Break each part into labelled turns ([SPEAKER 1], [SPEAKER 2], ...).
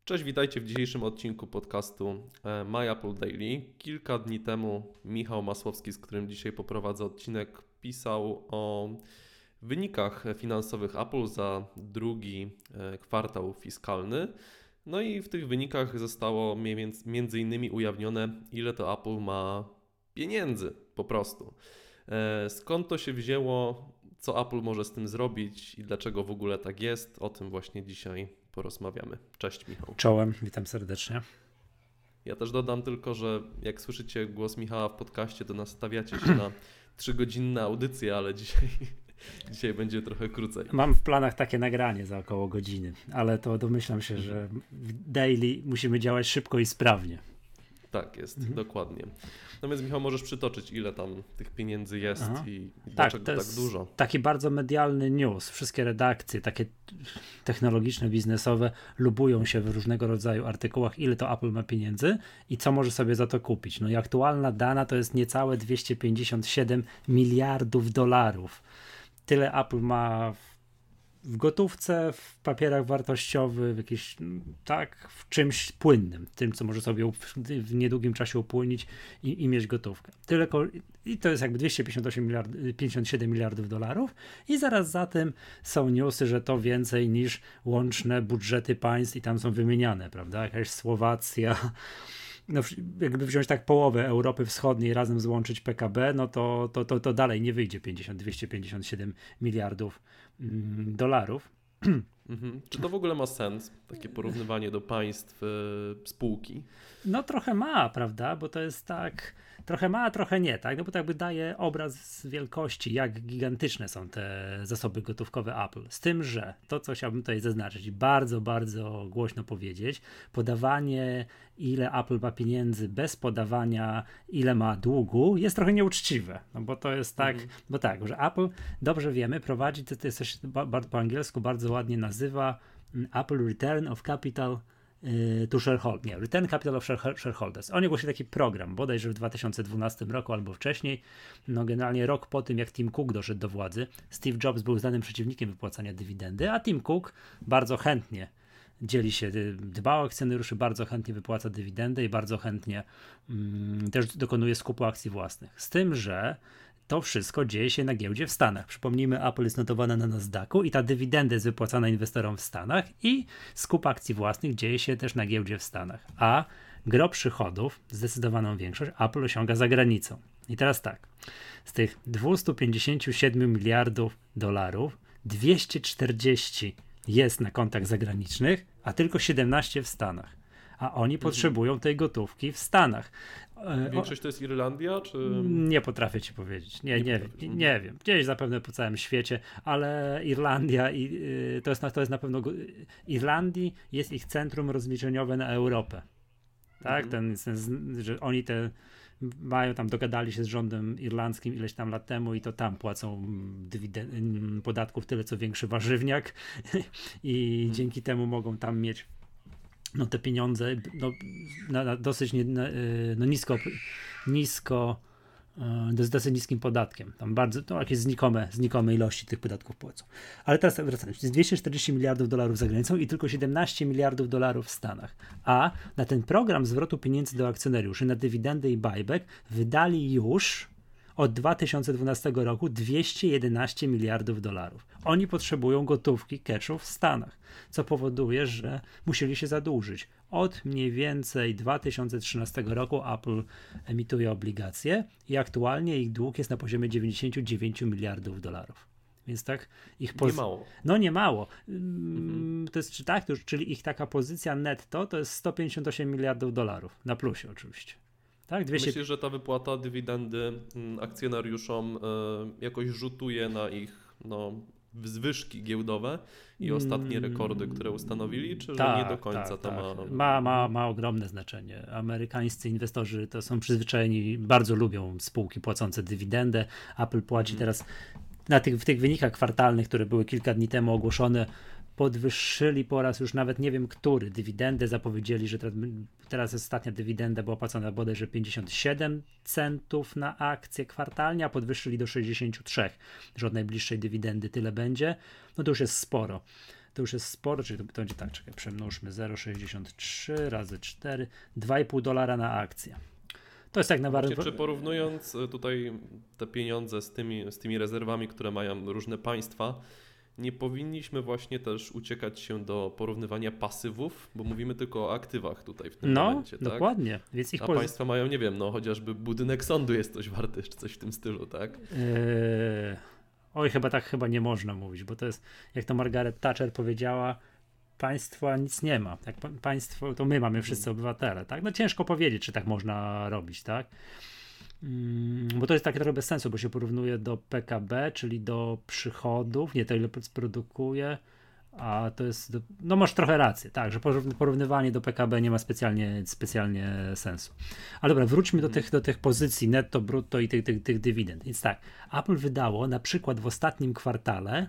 [SPEAKER 1] Cześć, witajcie w dzisiejszym odcinku podcastu My Apple Daily. Kilka dni temu Michał Masłowski, z którym dzisiaj poprowadzę odcinek, pisał o wynikach finansowych Apple za drugi kwartał fiskalny. No i w tych wynikach zostało między innymi ujawnione, ile to Apple ma pieniędzy po prostu. Skąd to się wzięło, co Apple może z tym zrobić i dlaczego w ogóle tak jest, o tym właśnie dzisiaj porozmawiamy. Cześć Michał.
[SPEAKER 2] Czołem, witam serdecznie.
[SPEAKER 1] Ja też dodam tylko, że jak słyszycie głos Michała w podcaście, to nastawiacie się na 3-godzinne audycje, ale dzisiaj będzie trochę krócej.
[SPEAKER 2] Mam w planach takie nagranie za około godziny, ale to domyślam się, że w daily musimy działać szybko i sprawnie.
[SPEAKER 1] Tak jest, dokładnie. Natomiast Michał, możesz przytoczyć, ile tam tych pieniędzy jest i
[SPEAKER 2] Tak,
[SPEAKER 1] dlaczego
[SPEAKER 2] to
[SPEAKER 1] tak
[SPEAKER 2] jest
[SPEAKER 1] dużo.
[SPEAKER 2] taki bardzo medialny news. Wszystkie redakcje, takie technologiczne, biznesowe lubują się w różnego rodzaju artykułach, ile to Apple ma pieniędzy i co może sobie za to kupić. No i aktualna dana to jest niecałe 257 miliardów dolarów. Tyle Apple ma w gotówce, w papierach wartościowych, w czymś płynnym, tym, co może sobie w niedługim czasie upłynnić i mieć gotówkę. I to jest jakby 257 miliardów dolarów i zaraz za tym są newsy, że to więcej niż łączne budżety państw i tam są wymieniane, prawda? Jakaś Słowacja, no jakby wziąć tak połowę Europy Wschodniej razem złączyć PKB, no to dalej nie wyjdzie 257 miliardów dolarów.
[SPEAKER 1] Czy to w ogóle ma sens, takie porównywanie do państw spółki?
[SPEAKER 2] No trochę ma, prawda, bo to jest tak, trochę ma, a trochę nie, tak, no bo to jakby daje obraz wielkości, jak gigantyczne są te zasoby gotówkowe Apple. Z tym, że to, co chciałbym tutaj zaznaczyć, bardzo, bardzo głośno powiedzieć, podawanie, ile Apple ma pieniędzy bez podawania, ile ma długu, jest trochę nieuczciwe, no bo to jest tak, bo tak, że Apple, dobrze wiemy, prowadzi, to jest coś po angielsku bardzo ładnie nazywa Apple Return of Capital to Shareholders. Nie, Return Capital of Shareholders. Oni ogłosili taki program, bodajże w 2012 roku albo wcześniej, no generalnie rok po tym, jak Tim Cook doszedł do władzy. Steve Jobs był znanym przeciwnikiem wypłacania dywidendy, a Tim Cook bardzo chętnie dzieli się, dba o akcjonariuszy, bardzo chętnie wypłaca dywidendę i bardzo chętnie też dokonuje skupu akcji własnych. Z tym, że to wszystko dzieje się na giełdzie w Stanach. Przypomnijmy, Apple jest notowana na Nasdaqu i ta dywidenda jest wypłacana inwestorom w Stanach i skup akcji własnych dzieje się też na giełdzie w Stanach. A gro przychodów, zdecydowaną większość, Apple osiąga za granicą. I teraz tak, z tych 257 miliardów dolarów 240 jest na kontach zagranicznych, a tylko 17 w Stanach. A oni potrzebują tej gotówki w Stanach.
[SPEAKER 1] Większość to jest Irlandia, czy...
[SPEAKER 2] Nie potrafię ci powiedzieć. Nie wiem. Gdzieś zapewne po całym świecie, ale Irlandia to jest na pewno... Irlandii jest ich centrum rozliczeniowe na Europę. Tak? Że oni mają tam, dogadali się z rządem irlandzkim ileś tam lat temu i to tam płacą podatków tyle, co większy warzywniak i dzięki temu mogą tam mieć te pieniądze na dosyć nisko z dosyć niskim podatkiem. Tam bardzo, jakieś znikome ilości tych podatków płacą. Ale teraz wracając, jest 240 miliardów dolarów za granicą i tylko 17 miliardów dolarów w Stanach. A na ten program zwrotu pieniędzy do akcjonariuszy, na dywidendę i buyback wydali już od 2012 roku 211 miliardów dolarów. Oni potrzebują gotówki, cashu w Stanach, co powoduje, że musieli się zadłużyć. Od mniej więcej 2013 roku Apple emituje obligacje i aktualnie ich dług jest na poziomie 99 miliardów dolarów. Więc tak ich
[SPEAKER 1] Nie mało.
[SPEAKER 2] No nie mało. To jest tak, czyli ich taka pozycja netto to jest 158 miliardów dolarów. Na plusie oczywiście. Tak,
[SPEAKER 1] Myślisz, że ta wypłata dywidendy akcjonariuszom jakoś rzutuje na ich zwyżki giełdowe i ostatnie rekordy, które ustanowili, czy że nie do końca to
[SPEAKER 2] ma ogromne znaczenie. Amerykańscy inwestorzy to są przyzwyczajeni, bardzo lubią spółki płacące dywidendę. Apple płaci teraz w tych wynikach kwartalnych, które były kilka dni temu ogłoszone, podwyższyli po raz już nawet nie wiem który dywidendę, zapowiedzieli, że teraz ostatnia dywidenda była płacona bodajże 57 centów na akcję kwartalnie, a podwyższyli do 63, że od najbliższej dywidendy tyle będzie, no to już jest sporo. to już jest sporo, czyli to będzie tak, czekaj, przemnóżmy 0,63 razy 4, $2,5 na akcję. To jest jak na
[SPEAKER 1] Czy porównując tutaj te pieniądze z tymi rezerwami, które mają różne państwa, nie powinniśmy właśnie też uciekać się do porównywania pasywów, bo mówimy tylko o aktywach tutaj w tym momencie, tak?
[SPEAKER 2] Dokładnie. Więc
[SPEAKER 1] a państwa mają, nie wiem, chociażby budynek sądu jest coś warty, czy coś w tym stylu, tak?
[SPEAKER 2] Oj, chyba nie można mówić, bo to jest, jak to Margaret Thatcher powiedziała, państwa nic nie ma. Jak państwo, to my mamy wszyscy obywatele, tak? No ciężko powiedzieć, czy tak można robić, tak? Bo to jest takie trochę bez sensu, bo się porównuje do PKB, czyli do przychodów, nie to ile produkuje, a to jest, no masz trochę rację, tak, że porównywanie do PKB nie ma specjalnie sensu. Ale dobra, wróćmy do tych pozycji netto, brutto i tych dywidend. Więc tak, Apple wydało na przykład w ostatnim kwartale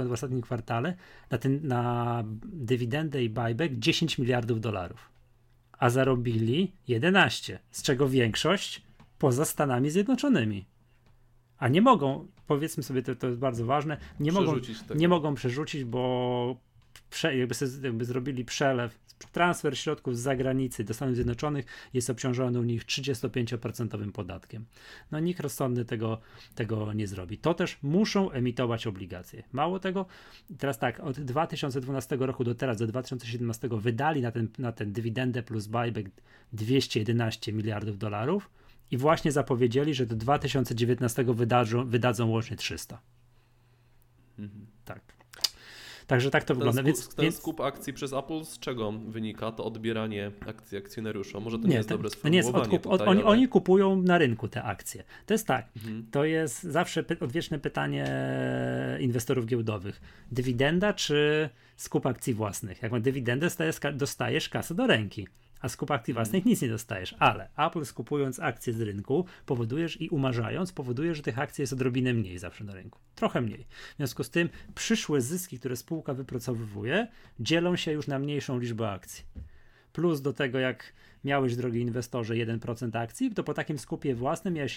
[SPEAKER 2] na dywidendę i buyback $10 miliardów, a zarobili 11, z czego większość poza Stanami Zjednoczonymi. A nie mogą, powiedzmy sobie, to jest bardzo ważne, nie mogą przerzucić, bo jakby zrobili przelew, transfer środków z zagranicy do Stanów Zjednoczonych jest obciążony u nich 35% podatkiem. No nikt rozsądny tego nie zrobi. To też muszą emitować obligacje. Mało tego, teraz tak, od 2012 roku do teraz, do 2017 wydali na ten dywidendę plus buyback $211 miliardów i właśnie zapowiedzieli, że do 2019 wydadzą łącznie 300. Tak. Także tak to wygląda.
[SPEAKER 1] Ten skup akcji przez Apple z czego wynika? To odbieranie akcji akcjonariusza. Może to nie jest dobre sformułowanie.
[SPEAKER 2] Oni kupują na rynku te akcje. To jest tak. To jest zawsze odwieczne pytanie inwestorów giełdowych. Dywidenda czy skup akcji własnych? Jak ma dywidendę, dostajesz kasę do ręki. A skup akcji własnych nic nie dostajesz, ale Apple skupując akcje z rynku powodujesz i umarzając powoduje, że tych akcji jest odrobinę mniej zawsze na rynku. Trochę mniej. W związku z tym przyszłe zyski, które spółka wypracowuje, dzielą się już na mniejszą liczbę akcji. Plus do tego, jak miałeś, drogi inwestorze, 1% akcji, to po takim skupie własnym miałeś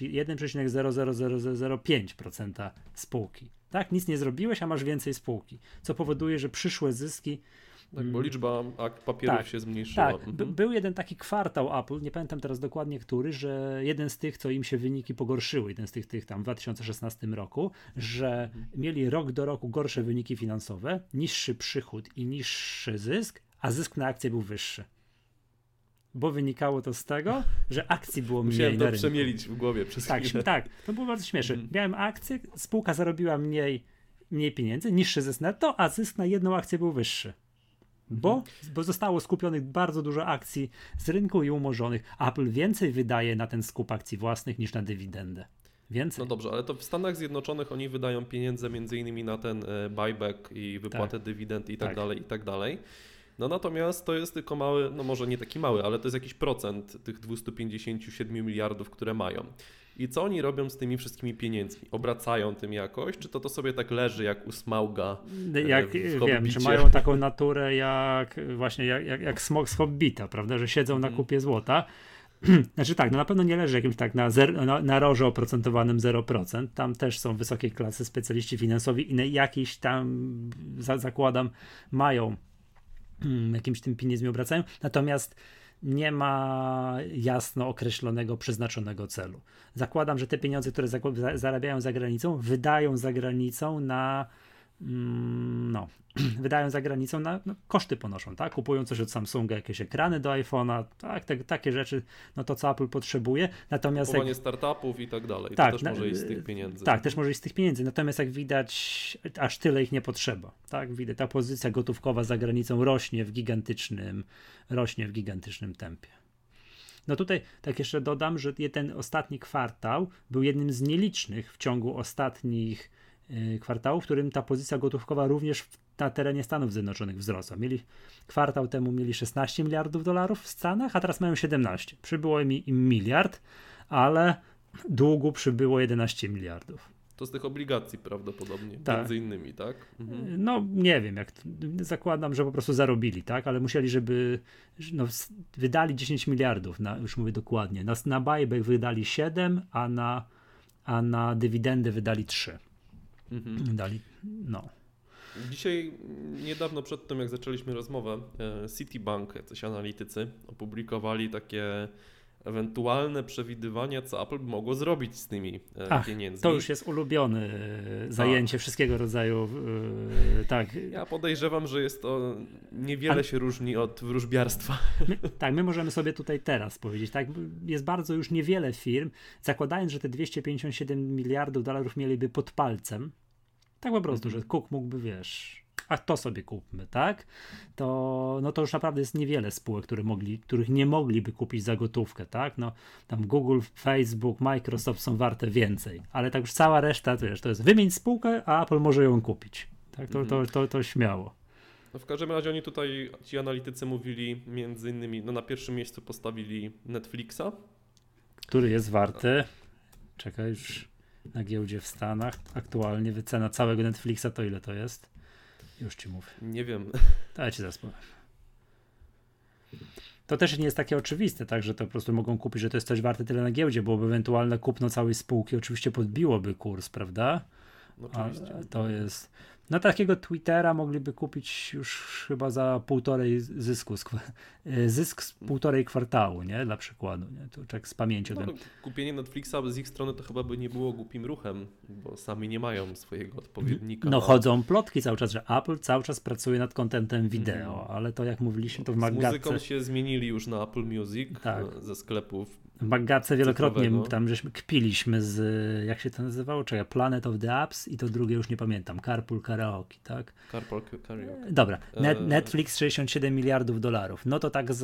[SPEAKER 2] 1,00005% spółki. Tak? Nic nie zrobiłeś, a masz więcej spółki. Co powoduje, że przyszłe zyski.
[SPEAKER 1] Tak, bo liczba papierów się zmniejszyła.
[SPEAKER 2] Tak, był jeden taki kwartał Apple, nie pamiętam teraz dokładnie który, że jeden z tych, co im się wyniki pogorszyły, jeden z tych tam w 2016 roku, że mieli rok do roku gorsze wyniki finansowe, niższy przychód i niższy zysk, a zysk na akcję był wyższy. Bo wynikało to z tego, że akcji było mniej na rynku.
[SPEAKER 1] Musiałem to przemielić w głowie przez chwilę.
[SPEAKER 2] Tak, to było bardzo śmieszne. Miałem akcję, spółka zarobiła mniej pieniędzy, niższy zysk netto, a zysk na jedną akcję był wyższy. Bo zostało skupionych bardzo dużo akcji z rynku i umorzonych. Apple więcej wydaje na ten skup akcji własnych niż na dywidendę. Więcej.
[SPEAKER 1] No dobrze, ale to w Stanach Zjednoczonych oni wydają pieniądze między innymi na ten buyback i wypłatę dywidend i tak dalej, i tak dalej. No natomiast to jest tylko mały, no może nie taki mały, ale to jest jakiś procent tych 257 miliardów, które mają. I co oni robią z tymi wszystkimi pieniędzmi? Obracają tym jakoś? Czy to sobie tak leży jak u smauga
[SPEAKER 2] wiem, że mają taką naturę jak smog z Hobbita, prawda, że siedzą na kupie złota. Znaczy tak, no na pewno nie leży jakimś tak na roże oprocentowanym 0%. Tam też są wysokiej klasy specjaliści finansowi i jakiś tam, zakładam, mają jakimś tym pieniędzmi obracają. Natomiast nie ma jasno określonego, przeznaczonego celu. Zakładam, że te pieniądze, które zarabiają za granicą, wydają za granicą na koszty ponoszą, tak? Kupują coś od Samsunga, jakieś ekrany do iPhone'a, tak? Takie rzeczy, no to co Apple potrzebuje. Natomiast
[SPEAKER 1] kupowanie startupów i tak dalej, to też może iść z tych pieniędzy.
[SPEAKER 2] Tak, też może iść z tych pieniędzy, natomiast jak widać, aż tyle ich nie potrzeba, tak? Widać, ta pozycja gotówkowa za granicą rośnie w gigantycznym tempie. No tutaj tak jeszcze dodam, że ten ostatni kwartał był jednym z nielicznych w ciągu ostatnich kwartałów, w którym ta pozycja gotówkowa również na terenie Stanów Zjednoczonych wzrosła. Kwartał temu mieli $16 miliardów w Stanach, a teraz mają 17. Przybyło im miliard, ale długu przybyło 11 miliardów.
[SPEAKER 1] To z tych obligacji prawdopodobnie, między innymi, tak?
[SPEAKER 2] No nie wiem, zakładam, że po prostu zarobili, tak? Ale musieli, wydali 10 miliardów, już mówię dokładnie. Na buyback wydali 7, a na dywidendę wydali 3.
[SPEAKER 1] Dzisiaj, niedawno przed tym, jak zaczęliśmy rozmowę, Citibank, jacyś analitycy opublikowali takie ewentualne przewidywania, co Apple by mogło zrobić z tymi pieniędzmi.
[SPEAKER 2] To już jest ulubione zajęcie wszystkiego rodzaju. Tak.
[SPEAKER 1] Ja podejrzewam, że jest to niewiele się różni od wróżbiarstwa.
[SPEAKER 2] My możemy sobie tutaj teraz powiedzieć, tak, jest bardzo już niewiele firm, zakładając, że te 257 miliardów dolarów mieliby pod palcem, tak po prostu, że Cook mógłby, wiesz, a to sobie kupmy, tak? To już naprawdę jest niewiele spółek, których nie mogliby kupić za gotówkę, tak? No, tam Google, Facebook, Microsoft są warte więcej, ale tak już cała reszta, wiesz, to jest wymień spółkę, a Apple może ją kupić. Tak? To śmiało.
[SPEAKER 1] No w każdym razie oni tutaj, ci analitycy mówili między innymi, no na pierwszym miejscu postawili Netflixa.
[SPEAKER 2] Który jest warty, czekaj już na giełdzie w Stanach, aktualnie wycena całego Netflixa to ile to jest? Już ci mówię.
[SPEAKER 1] Nie wiem.
[SPEAKER 2] Ja ci zaraz powiem. To też nie jest takie oczywiste, tak, że to po prostu mogą kupić, że to jest coś warte tyle na giełdzie, bo ewentualne kupno całej spółki oczywiście podbiłoby kurs, prawda?
[SPEAKER 1] No, oczywiście.
[SPEAKER 2] A to jest... No takiego Twittera mogliby kupić już chyba za zysku, zysk z półtorej kwartału, nie? Dla przykładu, nie? Tu tak z pamięci.
[SPEAKER 1] No, kupienie Netflixa z ich strony to chyba by nie było głupim ruchem, bo sami nie mają swojego odpowiednika.
[SPEAKER 2] No chodzą plotki cały czas, że Apple cały czas pracuje nad kontentem wideo, ale to jak mówiliśmy, to w Maggatce...
[SPEAKER 1] Z muzyką się zmienili już na Apple Music, tak. Ze sklepów.
[SPEAKER 2] W Maggatce wielokrotnie tam żeśmy kpiliśmy z, jak się to nazywało? Czekaj, Planet of the Apps i to drugie już nie pamiętam, Carpool Karaoke, tak?
[SPEAKER 1] Carpool Karaoke.
[SPEAKER 2] Dobra, Netflix 67 miliardów dolarów. No to tak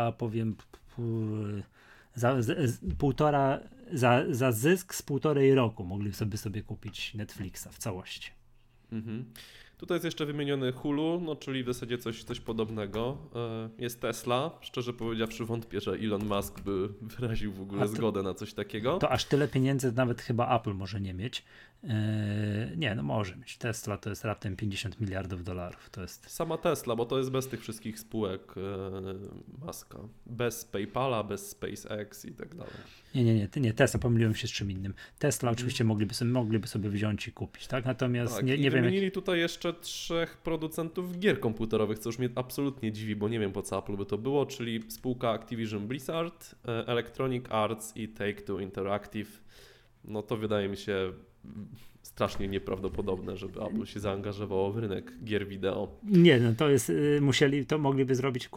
[SPEAKER 2] za zysk z 1,5 roku mogli sobie kupić Netflixa w całości.
[SPEAKER 1] Mhm. Tutaj jest jeszcze wymieniony Hulu, no czyli w zasadzie coś podobnego. Jest Tesla. Szczerze powiedziawszy wątpię, że Elon Musk by wyraził w ogóle zgodę na coś takiego.
[SPEAKER 2] To aż tyle pieniędzy nawet chyba Apple może nie mieć. Nie, no może mieć. Tesla to jest raptem 50 miliardów dolarów. To jest...
[SPEAKER 1] Sama Tesla, bo to jest bez tych wszystkich spółek Muska. Bez PayPala, bez SpaceX i tak dalej.
[SPEAKER 2] Nie, Tesla, pomyliłem się z czym innym. Tesla oczywiście mogliby sobie wziąć i kupić, tak? Natomiast
[SPEAKER 1] tak,
[SPEAKER 2] nie wiem.
[SPEAKER 1] Wymienili tutaj jeszcze 3 producentów gier komputerowych, co już mnie absolutnie dziwi, bo nie wiem po co Apple by to było, czyli spółka Activision Blizzard, Electronic Arts i Take-Two Interactive. No to wydaje mi się strasznie nieprawdopodobne, żeby Apple się zaangażowało w rynek gier wideo.
[SPEAKER 2] Nie, no to jest, mogliby zrobić,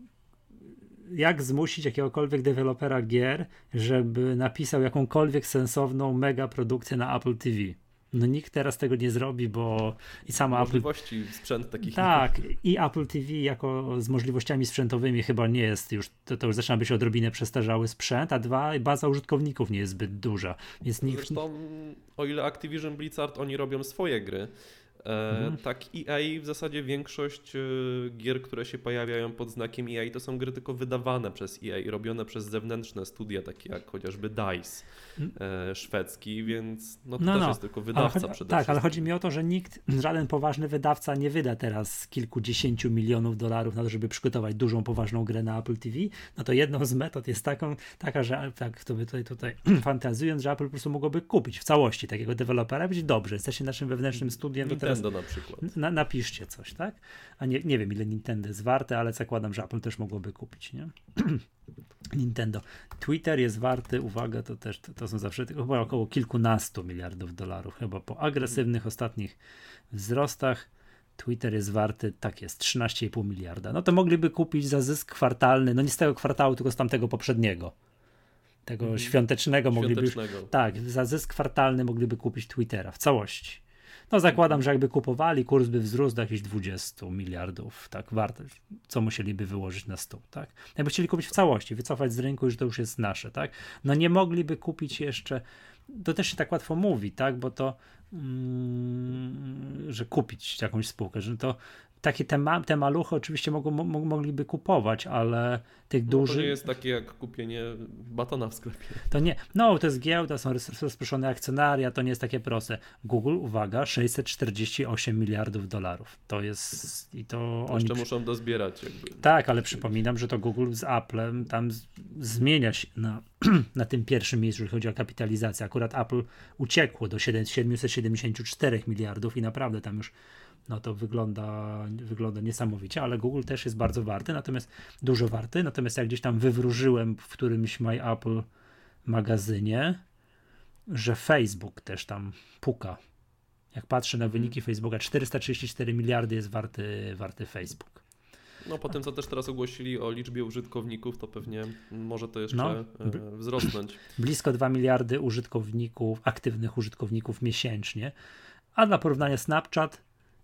[SPEAKER 2] jak zmusić jakiegokolwiek dewelopera gier, żeby napisał jakąkolwiek sensowną mega produkcję na Apple TV. No nikt teraz tego nie zrobi, bo i sama
[SPEAKER 1] możliwości sprzęt takich.
[SPEAKER 2] Tak, i Apple TV jako z możliwościami sprzętowymi chyba nie jest już, to już zaczyna być odrobinę przestarzały sprzęt, a dwa, baza użytkowników nie jest zbyt duża. Więc
[SPEAKER 1] Zresztą o ile Activision Blizzard, oni robią swoje gry, tak EA w zasadzie większość gier, które się pojawiają pod znakiem EA, to są gry tylko wydawane przez EA i robione przez zewnętrzne studia, takie jak chociażby DICE szwedzki, więc to też jest tylko wydawca przede wszystkim.
[SPEAKER 2] Tak, ale chodzi mi o to, że żaden poważny wydawca nie wyda teraz kilkudziesięciu milionów dolarów na to, żeby przygotować dużą, poważną grę na Apple TV. No to jedną z metod jest taka, że tak, to by tutaj fantazując, że Apple po prostu mogłoby kupić w całości takiego dewelopera i być dobrze, jesteście naszym wewnętrznym studiem.
[SPEAKER 1] Nintendo na przykład.
[SPEAKER 2] Napiszcie coś, tak? A nie wiem, ile Nintendo jest warte, ale zakładam, że Apple też mogłoby kupić, nie? Nintendo. Twitter jest warty, uwaga, to są zawsze chyba około kilkunastu miliardów dolarów, chyba po agresywnych ostatnich wzrostach. Twitter jest warty, tak jest, 13,5 miliarda. No to mogliby kupić za zysk kwartalny, no nie z tego kwartału, tylko z tamtego poprzedniego. Tego świątecznego mogliby już, tak, za zysk kwartalny mogliby kupić Twittera w całości. No zakładam, że jakby kupowali, kurs by wzrósł do jakichś 20 miliardów, tak, wartość, co musieliby wyłożyć na stół, tak. Jakby chcieli kupić w całości, wycofać z rynku, że to już jest nasze, tak. No nie mogliby kupić jeszcze, to też się tak łatwo mówi, tak, bo to, że kupić jakąś spółkę, że to takie te maluchy oczywiście mogliby kupować, ale tych dużych...
[SPEAKER 1] To nie jest takie jak kupienie batona w sklepie.
[SPEAKER 2] To nie, to jest giełda, są rozproszone akcjonaria, to nie jest takie proste. Google, uwaga, 648 miliardów dolarów. To jest... i to
[SPEAKER 1] oni jeszcze muszą dozbierać jakby.
[SPEAKER 2] Tak, ale przypominam, że to Google z Applem tam zmienia się na tym pierwszym miejscu, jeżeli chodzi o kapitalizację. Akurat Apple uciekło do 774 miliardów i naprawdę tam już no to wygląda niesamowicie, ale Google też jest bardzo warty, natomiast dużo warty, natomiast jak gdzieś tam wywróżyłem w którymś My Apple magazynie, że Facebook też tam puka. Jak patrzę na wyniki Facebooka, 434 miliardy jest warty Facebook.
[SPEAKER 1] No po tym, co też teraz ogłosili o liczbie użytkowników, to pewnie może to jeszcze wzrosnąć.
[SPEAKER 2] Blisko 2 miliardy aktywnych użytkowników miesięcznie, a dla porównania Snapchat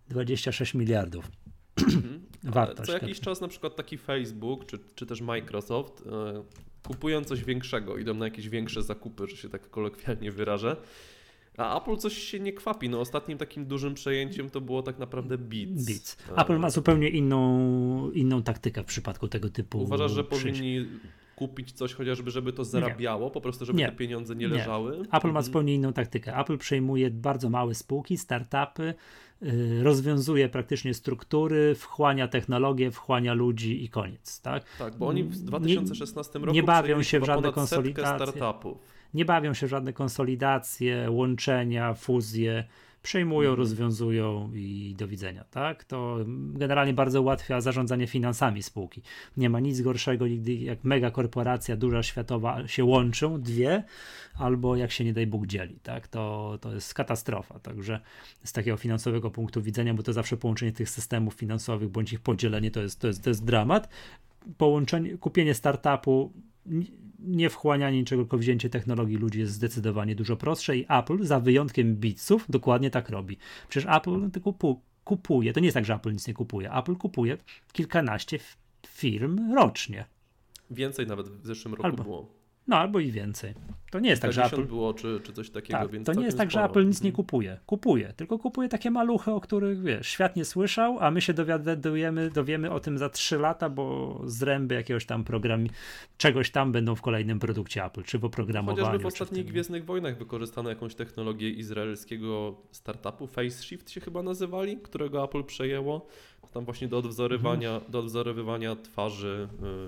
[SPEAKER 2] 26 miliardów. Wartość.
[SPEAKER 1] Co jakiś czas na przykład taki Facebook czy też Microsoft kupują coś większego, idą na jakieś większe zakupy, że się tak kolokwialnie wyrażę. A Apple coś się nie kwapi. No ostatnim takim dużym przejęciem to było tak naprawdę Beats.
[SPEAKER 2] Apple ma zupełnie inną taktykę w przypadku tego typu.
[SPEAKER 1] Uważasz, że powinni kupić coś chociażby, żeby to zarabiało, po prostu żeby te pieniądze nie leżały?
[SPEAKER 2] Apple ma zupełnie inną taktykę. Apple przejmuje bardzo małe spółki, startupy, rozwiązuje praktycznie struktury, wchłania technologię, wchłania ludzi i koniec. Tak,
[SPEAKER 1] bo oni w 2016 roku
[SPEAKER 2] nie bawią się w żadne
[SPEAKER 1] konsolidacje startupów.
[SPEAKER 2] Nie bawią się w żadne konsolidacje, łączenia, fuzje, przejmują, rozwiązują i do widzenia, tak? To generalnie bardzo ułatwia zarządzanie finansami spółki. Nie ma nic gorszego nigdy, jak mega korporacja, duża światowa się łączą, dwie, albo jak się nie daj Bóg dzieli, tak? To jest katastrofa, także z takiego finansowego punktu widzenia, bo to zawsze połączenie tych systemów finansowych, bądź ich podzielenie, to jest dramat. Kupienie startupu, nie wchłanianie niczego, tylko wzięcie technologii ludzi jest zdecydowanie dużo prostsze i Apple, za wyjątkiem Beatsów, dokładnie tak robi. Przecież Apple kupuje, to nie jest tak, że Apple nic nie kupuje. Apple kupuje kilkanaście firm rocznie.
[SPEAKER 1] Więcej nawet w zeszłym roku było.
[SPEAKER 2] No albo i więcej. To nie jest tak, że Apple
[SPEAKER 1] było, czy coś takiego,
[SPEAKER 2] tak,
[SPEAKER 1] więc
[SPEAKER 2] to nie jest tak, że Apple nic nie kupuje. Tylko kupuje takie maluchy, o których świat nie słyszał, a my się dowiemy o tym za 3 lata, bo zręby jakiegoś tam czegoś tam będą w kolejnym produkcie Apple, czy w oprogramowaniu.
[SPEAKER 1] Chociażby w ostatnich Gwiezdnych Wojnach wykorzystano jakąś technologię izraelskiego startupu, FaceShift się chyba nazywali, którego Apple przejęło. Tam właśnie do odwzorowywania twarzy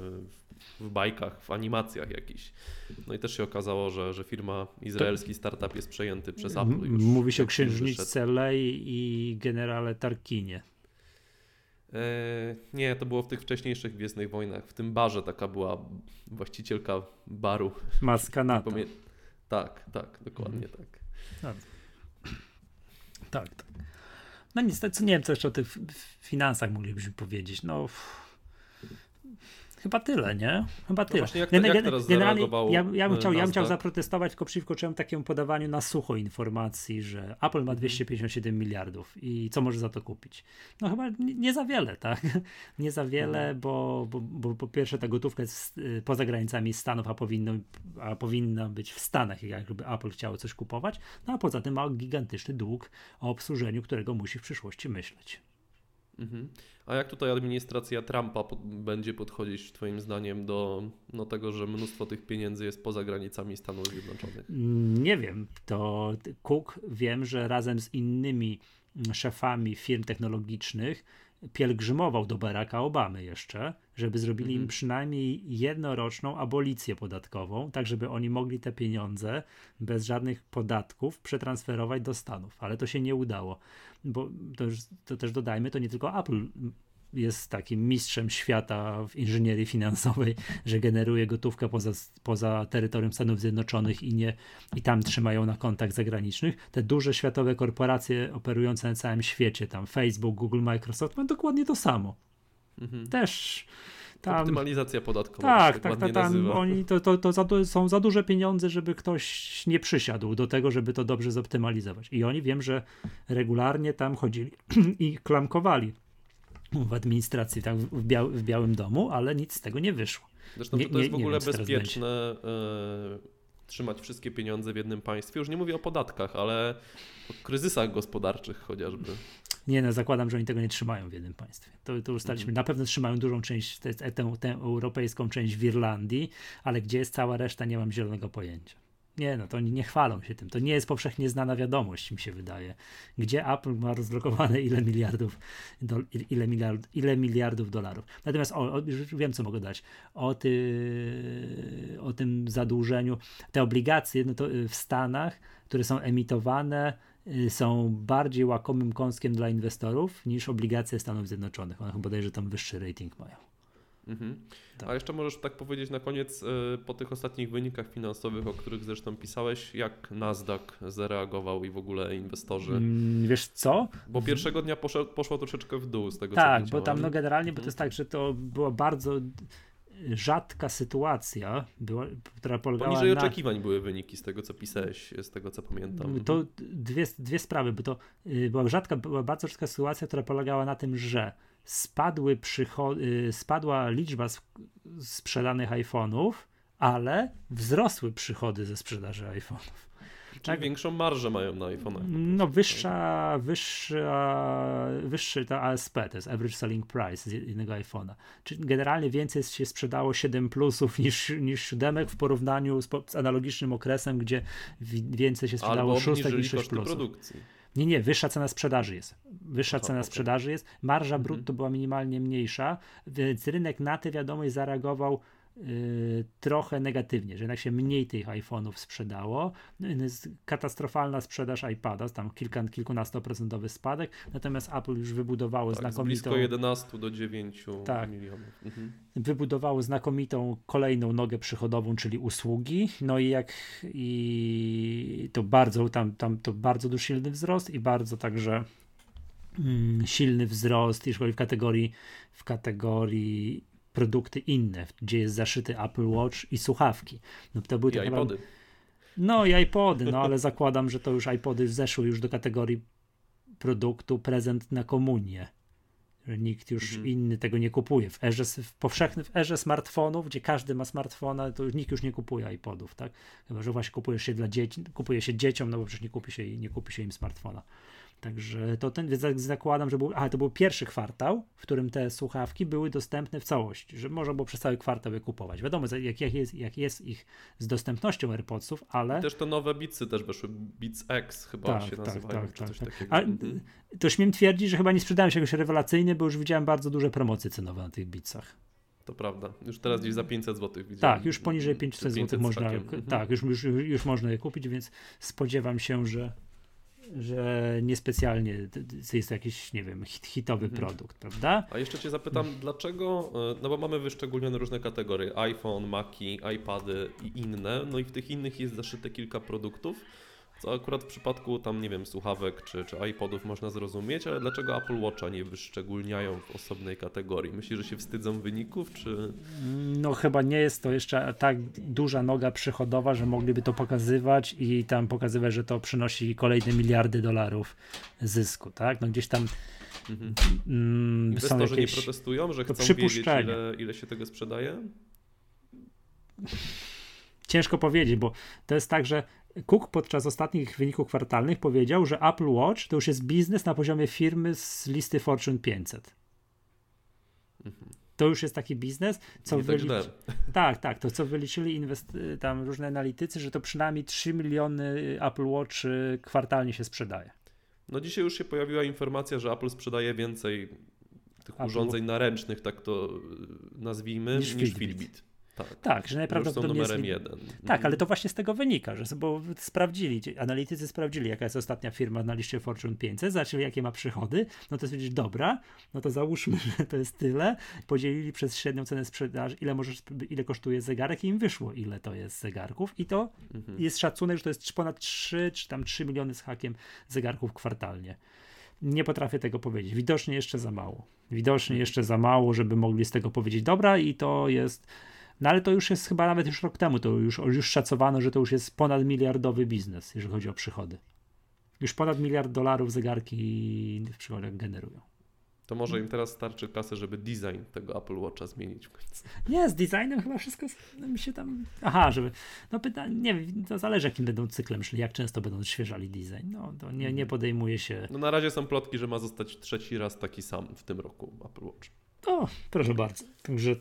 [SPEAKER 1] w bajkach, w animacjach jakichś. No i też się okazało, że firma, izraelski startup jest przejęty przez Apple.
[SPEAKER 2] Mówi się o księżniczce Lei i generale Tarkinie.
[SPEAKER 1] Nie, to było w tych wcześniejszych Gwiezdnych Wojnach. W tym barze taka była właścicielka baru.
[SPEAKER 2] Maskanata.
[SPEAKER 1] Tak, dokładnie tak.
[SPEAKER 2] Tak. No nic, nie wiem, co jeszcze o tych finansach moglibyśmy powiedzieć. No, chyba tyle, nie? Chyba tyle.
[SPEAKER 1] Właśnie jak teraz zareagował
[SPEAKER 2] ja bym chciał zaprotestować tylko przeciwko takiemu podawaniu na sucho informacji, że Apple ma 257 miliardów i co może za to kupić? No chyba nie za wiele, tak? Nie za wiele, bo po pierwsze ta gotówka jest poza granicami Stanów, a powinna być w Stanach, jakby Apple chciało coś kupować, no a poza tym ma gigantyczny dług, o obsłużeniu którego musi w przyszłości myśleć.
[SPEAKER 1] A jak tutaj administracja Trumpa będzie podchodzić twoim zdaniem do tego, że mnóstwo tych pieniędzy jest poza granicami Stanów Zjednoczonych?
[SPEAKER 2] Nie wiem. To Cook wiem, że razem z innymi szefami firm technologicznych pielgrzymował do Baracka Obamy jeszcze, żeby zrobili im przynajmniej jednoroczną abolicję podatkową, tak żeby oni mogli te pieniądze bez żadnych podatków przetransferować do Stanów, ale to się nie udało, bo to też dodajmy, to nie tylko Apple jest takim mistrzem świata w inżynierii finansowej, że generuje gotówkę poza terytorium Stanów Zjednoczonych i tam trzymają na kontach zagranicznych. Te duże światowe korporacje operujące na całym świecie, tam Facebook, Google, Microsoft, mają dokładnie to samo. Też tam
[SPEAKER 1] optymalizacja podatkowa.
[SPEAKER 2] Tam oni to są za duże pieniądze, żeby ktoś nie przysiadł do tego, żeby to dobrze zoptymalizować. I oni wiem, że regularnie tam chodzili i klamkowali w administracji, tak, w Białym Domu, ale nic z tego nie wyszło.
[SPEAKER 1] Zresztą to jest w ogóle bezpieczne trzymać wszystkie pieniądze w jednym państwie. Już nie mówię o podatkach, ale o kryzysach gospodarczych chociażby.
[SPEAKER 2] Nie, zakładam, że oni tego nie trzymają w jednym państwie. To ustaliliśmy. Na pewno trzymają dużą część, tę europejską część w Irlandii, ale gdzie jest cała reszta, nie mam zielonego pojęcia. Nie, to oni nie chwalą się tym. To nie jest powszechnie znana wiadomość, mi się wydaje. Gdzie Apple ma rozblokowane ile miliardów dolarów. Natomiast już wiem, co mogę dać. O tym zadłużeniu. Te obligacje to w Stanach, które są emitowane są bardziej łakomym kąskiem dla inwestorów niż obligacje Stanów Zjednoczonych. One chyba bodajże tam wyższy rating mają.
[SPEAKER 1] Tak. A jeszcze możesz tak powiedzieć na koniec, po tych ostatnich wynikach finansowych, o których zresztą pisałeś, jak Nasdaq zareagował i w ogóle inwestorzy?
[SPEAKER 2] Wiesz co?
[SPEAKER 1] Bo pierwszego dnia poszło troszeczkę w dół z tego, co
[SPEAKER 2] Tak,
[SPEAKER 1] widziałem.
[SPEAKER 2] bo tam generalnie, bo to jest tak, że to była bardzo rzadka sytuacja, która polegała
[SPEAKER 1] Poniżej
[SPEAKER 2] na...
[SPEAKER 1] oczekiwań były wyniki z tego, co pisałeś, z tego, co pamiętam.
[SPEAKER 2] To dwie sprawy, bo to była bardzo rzadka sytuacja, która polegała na tym, że spadła liczba sprzedanych iPhone'ów, ale wzrosły przychody ze sprzedaży iPhone'ów.
[SPEAKER 1] Czyli
[SPEAKER 2] tak?
[SPEAKER 1] większą marżę mają na iPhone'ach.
[SPEAKER 2] No wyższy to ASP, to jest Average Selling Price z jednego iPhone'a. Czyli generalnie więcej się sprzedało 7 plusów niż 7 w porównaniu z analogicznym okresem, gdzie więcej się sprzedało 6 niż 6 plusów.
[SPEAKER 1] Produkcji.
[SPEAKER 2] Nie, wyższa cena sprzedaży jest. Sprzedaży jest. Marża brutto była minimalnie mniejsza, więc rynek na tę wiadomość zareagował trochę negatywnie, że jednak się mniej tych iPhone'ów sprzedało. Katastrofalna sprzedaż iPada, tam kilkunastoprocentowy spadek, natomiast Apple już wybudowało znakomitą...
[SPEAKER 1] blisko 11 do 9 milionów.
[SPEAKER 2] Wybudowało znakomitą kolejną nogę przychodową, czyli usługi, no i to bardzo to bardzo silny wzrost i bardzo także silny wzrost, jeśli chodzi w kategorii produkty inne, gdzie jest zaszyty Apple Watch i słuchawki. No to były
[SPEAKER 1] iPody.
[SPEAKER 2] No i iPody, ale zakładam, że to już iPody zeszły już do kategorii produktu prezent na komunię. Że nikt już inny tego nie kupuje. W erze smartfonów, gdzie każdy ma smartfona, to nikt już nie kupuje iPodów, tak? Chyba że właśnie kupuje się dzieciom, no bo przecież nie kupi się im smartfona. Także to zakładam, że to był pierwszy kwartał, w którym te słuchawki były dostępne w całości, że można było przez cały kwartał je kupować. Wiadomo, jak jest ich z dostępnością AirPodsów, ale...
[SPEAKER 1] I też te nowe Beatsy też weszły, Beats X chyba się nazywają, czy coś takiego.
[SPEAKER 2] A to śmiem twierdzić, że chyba nie sprzedałem się jakoś rewelacyjnie, bo już widziałem bardzo duże promocje cenowe na tych Beatsach.
[SPEAKER 1] To prawda. Już teraz gdzieś za 500 zł widziałem.
[SPEAKER 2] Tak, już poniżej 500 zł można, już można je kupić, więc spodziewam się, że niespecjalnie jest jakiś, nie wiem, hitowy produkt, prawda?
[SPEAKER 1] A jeszcze cię zapytam, dlaczego, no bo mamy wyszczególnione różne kategorie, iPhone, Maci, iPady i inne, no i w tych innych jest zaszyte kilka produktów, co akurat w przypadku tam, nie wiem, słuchawek czy iPodów można zrozumieć, ale dlaczego Apple Watcha nie wyszczególniają w osobnej kategorii? Myślisz, że się wstydzą wyników, czy...
[SPEAKER 2] No chyba nie jest to jeszcze tak duża noga przychodowa, że mogliby to pokazywać i tam pokazywać, że to przynosi kolejne miliardy dolarów zysku, tak? No gdzieś tam
[SPEAKER 1] Inwestorzy
[SPEAKER 2] są jakieś...
[SPEAKER 1] nie protestują, że chcą wiedzieć, ile się tego sprzedaje?
[SPEAKER 2] Ciężko powiedzieć, bo to jest tak, że Cook podczas ostatnich wyników kwartalnych powiedział, że Apple Watch to już jest biznes na poziomie firmy z listy Fortune 500. To już jest taki biznes, co tak, to co wyliczyli tam różne analitycy, że to przynajmniej 3 miliony Apple Watch kwartalnie się sprzedaje.
[SPEAKER 1] No dzisiaj już się pojawiła informacja, że Apple sprzedaje więcej tych urządzeń naręcznych, tak to nazwijmy, niż Fitbit.
[SPEAKER 2] Tak, że najprawdopodobniej
[SPEAKER 1] są numerem 1.
[SPEAKER 2] Tak, ale to właśnie z tego wynika, bo analitycy sprawdzili, jaka jest ostatnia firma na liście Fortune 500, zobaczyli, jakie ma przychody, no to stwierdzili, dobra, no to załóżmy, że to jest tyle, podzielili przez średnią cenę sprzedaży, ile kosztuje zegarek i im wyszło, ile to jest zegarków i to jest szacunek, że to jest ponad 3 czy tam 3 miliony z hakiem zegarków kwartalnie. Nie potrafię tego powiedzieć. Widocznie jeszcze za mało, żeby mogli z tego powiedzieć, dobra, i to jest... No ale to już jest chyba nawet już rok temu, to już szacowano, że to już jest ponad miliardowy biznes, jeżeli chodzi o przychody. Już ponad $1 miliard zegarki w przychodach generują.
[SPEAKER 1] To może im teraz starczy kasy, żeby design tego Apple Watcha zmienić w końcu.
[SPEAKER 2] Nie, z designem chyba wszystko mi się tam... Aha, żeby... No pytanie, nie wiem, to zależy jakim będą cyklem szli, jak często będą odświeżali design. No to nie podejmuje się...
[SPEAKER 1] No na razie są plotki, że ma zostać trzeci raz taki sam w tym roku Apple Watch.
[SPEAKER 2] O, proszę bardzo. Także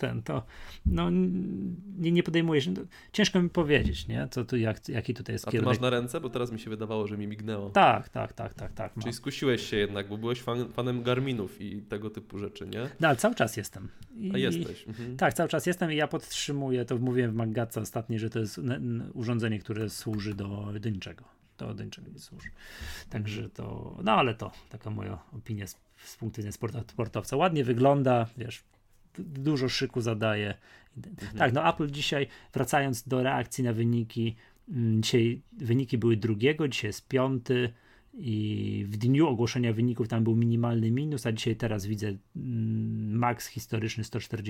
[SPEAKER 2] nie podejmuje się. Ciężko mi powiedzieć, nie? Co tu, jaki tutaj jest kierunek.
[SPEAKER 1] A ty masz na ręce? Bo teraz mi się wydawało, że mi mignęło.
[SPEAKER 2] Tak.
[SPEAKER 1] Czyli skusiłeś się jednak, bo byłeś fanem Garminów i tego typu rzeczy, nie?
[SPEAKER 2] No, ale cały czas jestem.
[SPEAKER 1] A jesteś.
[SPEAKER 2] Tak, cały czas jestem i ja podtrzymuję, to mówiłem w Maggatce ostatnio, że to jest urządzenie, które służy do niczego. To do niczego nie służy. Także to, no ale to taka moja opinia z punktu widzenia sportowca. Ładnie wygląda, wiesz, dużo szyku zadaje. Tak, no Apple dzisiaj, wracając do reakcji na wyniki, dzisiaj wyniki były 2, dzisiaj jest 5 i w dniu ogłoszenia wyników tam był minimalny minus, a dzisiaj teraz widzę maks historyczny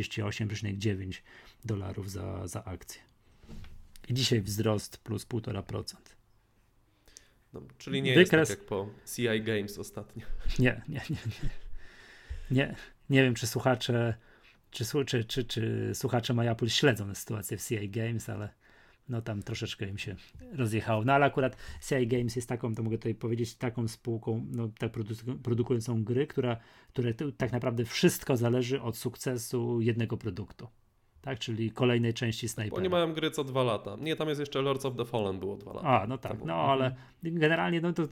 [SPEAKER 2] $148,9 za akcję. I dzisiaj wzrost plus 1,5%.
[SPEAKER 1] No, czyli nie jest tak jak po CI Games ostatnio.
[SPEAKER 2] Nie. Nie wiem, czy słuchacze MyApple śledzą sytuację w CI Games, ale no tam troszeczkę im się rozjechało. No ale akurat CI Games jest taką, to mogę tutaj powiedzieć, taką spółką, no tak produkującą gry, które tak naprawdę wszystko zależy od sukcesu jednego produktu. Tak, czyli kolejnej części Snipera.
[SPEAKER 1] Oni mają gry co 2 lata. Nie, tam jest jeszcze Lords of the Fallen było 2 lata.
[SPEAKER 2] A, no tak, no ale generalnie no to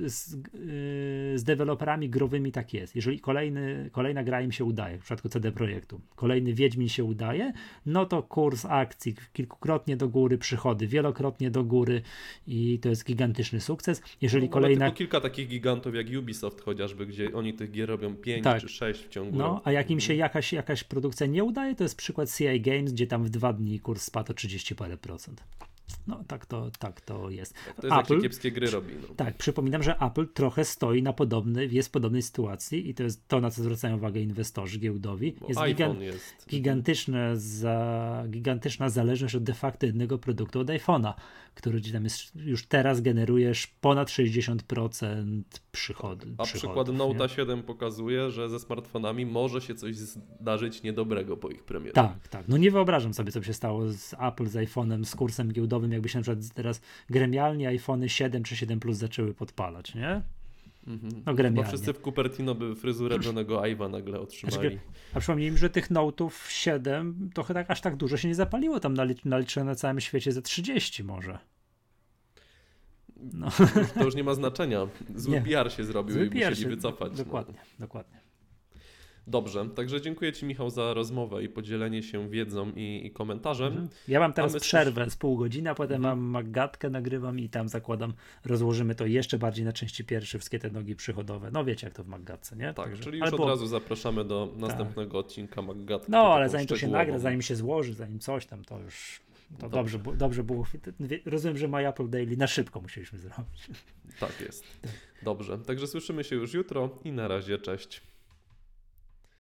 [SPEAKER 2] z deweloperami growymi tak jest. Jeżeli kolejna gra im się udaje, w przypadku CD Projektu, kolejny Wiedźmin się udaje, no to kurs akcji kilkukrotnie do góry, przychody wielokrotnie do góry i to jest gigantyczny sukces. Jeżeli kolejna...
[SPEAKER 1] tylko kilka takich gigantów jak Ubisoft chociażby, gdzie oni tych gier robią 5 czy 6 w ciągu roku.
[SPEAKER 2] A jak im się jakaś produkcja nie udaje, to jest przykład CI Games, gdzie tam w 2 dni kurs spadł o 30 parę procent. No tak to jest.
[SPEAKER 1] To jest Apple, jak się kiepskie gry robi. No.
[SPEAKER 2] Tak, przypominam, że Apple trochę stoi jest w podobnej sytuacji i to jest to, na co zwracają uwagę inwestorzy giełdowi.
[SPEAKER 1] Bo
[SPEAKER 2] jest gigantyczna zależność od de facto jednego produktu, od iPhone'a, który tam jest, już teraz generujesz ponad 60% przychodów.
[SPEAKER 1] A przykład Note'a 7 pokazuje, że ze smartfonami może się coś zdarzyć niedobrego po ich premierze.
[SPEAKER 2] Tak. No nie wyobrażam sobie, co by się stało z Apple, z iPhone'em, z kursem giełdowym, jakby się na przykład teraz gremialnie iPhony 7 czy 7 Plus zaczęły podpalać, nie? No gremialnie.
[SPEAKER 1] Bo wszyscy w Cupertino by fryzurę Johnego Ive'a nagle otrzymali.
[SPEAKER 2] A przypomnij mi, że tych Note'ów 7 to chyba aż tak dużo się nie zapaliło, tam naliczyłem na całym świecie ze 30 może. No.
[SPEAKER 1] To już nie ma znaczenia. Zły PR się zrobił i musieli wycofać.
[SPEAKER 2] Dokładnie.
[SPEAKER 1] Dobrze, także dziękuję Ci, Michał, za rozmowę i podzielenie się wiedzą i komentarzem.
[SPEAKER 2] Ja mam teraz przerwę z pół godziny, a potem mam Maggatkę, nagrywam i tam zakładam, rozłożymy to jeszcze bardziej na części pierwsze, wszystkie te nogi przychodowe. No wiecie, jak to w Maggatce, nie?
[SPEAKER 1] Tak, także, czyli już od razu zapraszamy do następnego odcinka Maggatki.
[SPEAKER 2] No, ale zanim to się nagra, zanim się złoży, zanim coś tam, to już... To dobrze było. Rozumiem, że My Apple Daily na szybko musieliśmy zrobić.
[SPEAKER 1] Tak jest. Dobrze, także słyszymy się już jutro i na razie, cześć.